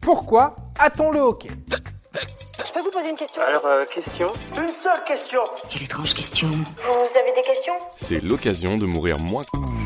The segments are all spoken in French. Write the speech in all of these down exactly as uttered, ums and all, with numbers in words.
Pourquoi a-t-on le hoquet ? Je peux vous poser une question ? Alors, euh, question ? Une seule question. Quelle étrange question. Vous avez des questions ? C'est l'occasion de mourir moins.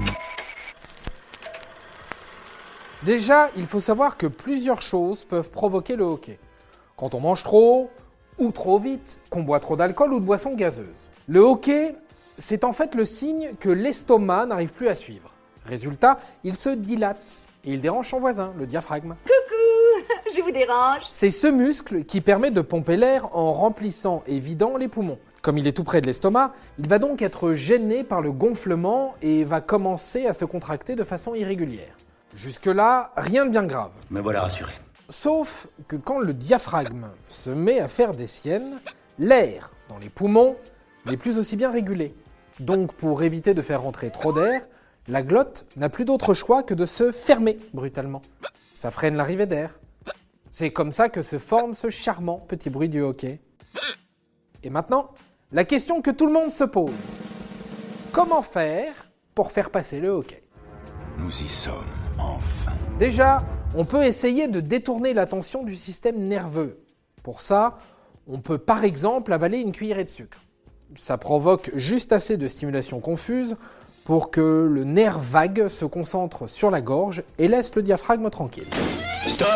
Déjà, il faut savoir que plusieurs choses peuvent provoquer le hoquet. Quand on mange trop, ou trop vite, qu'on boit trop d'alcool ou de boissons gazeuses. Le hoquet, c'est en fait le signe que l'estomac n'arrive plus à suivre. Résultat, il se dilate et il dérange son voisin, le diaphragme. Coucou, je vous dérange. C'est ce muscle qui permet de pomper l'air en remplissant et vidant les poumons. Comme il est tout près de l'estomac, il va donc être gêné par le gonflement et va commencer à se contracter de façon irrégulière. Jusque-là, rien de bien grave. Me voilà rassuré. Sauf que quand le diaphragme se met à faire des siennes, l'air dans les poumons n'est plus aussi bien régulé. Donc pour éviter de faire rentrer trop d'air, la glotte n'a plus d'autre choix que de se fermer brutalement. Ça freine l'arrivée d'air. C'est comme ça que se forme ce charmant petit bruit du hoquet. Et maintenant, la question que tout le monde se pose. Comment faire pour faire passer le hoquet ? Nous y sommes, enfin. Déjà, on peut essayer de détourner l'attention du système nerveux. Pour ça, on peut par exemple avaler une cuillerée de sucre. Ça provoque juste assez de stimulation confuse pour que le nerf vague se concentre sur la gorge et laisse le diaphragme tranquille. Stop !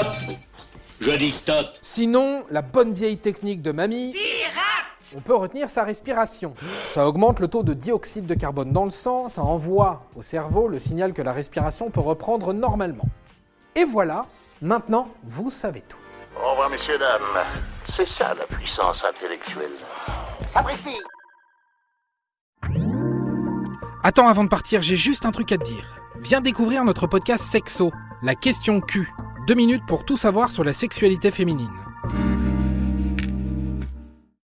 Je dis stop ! Sinon, la bonne vieille technique de mamie, on peut retenir sa respiration. Ça augmente le taux de dioxyde de carbone dans le sang, ça envoie au cerveau le signal que la respiration peut reprendre normalement. Et voilà, maintenant, vous savez tout. Au revoir, messieurs, dames. C'est ça, la puissance intellectuelle. Sapristi ! Attends, avant de partir, j'ai juste un truc à te dire. Viens découvrir notre podcast Sexo, la question Q. Deux minutes pour tout savoir sur la sexualité féminine.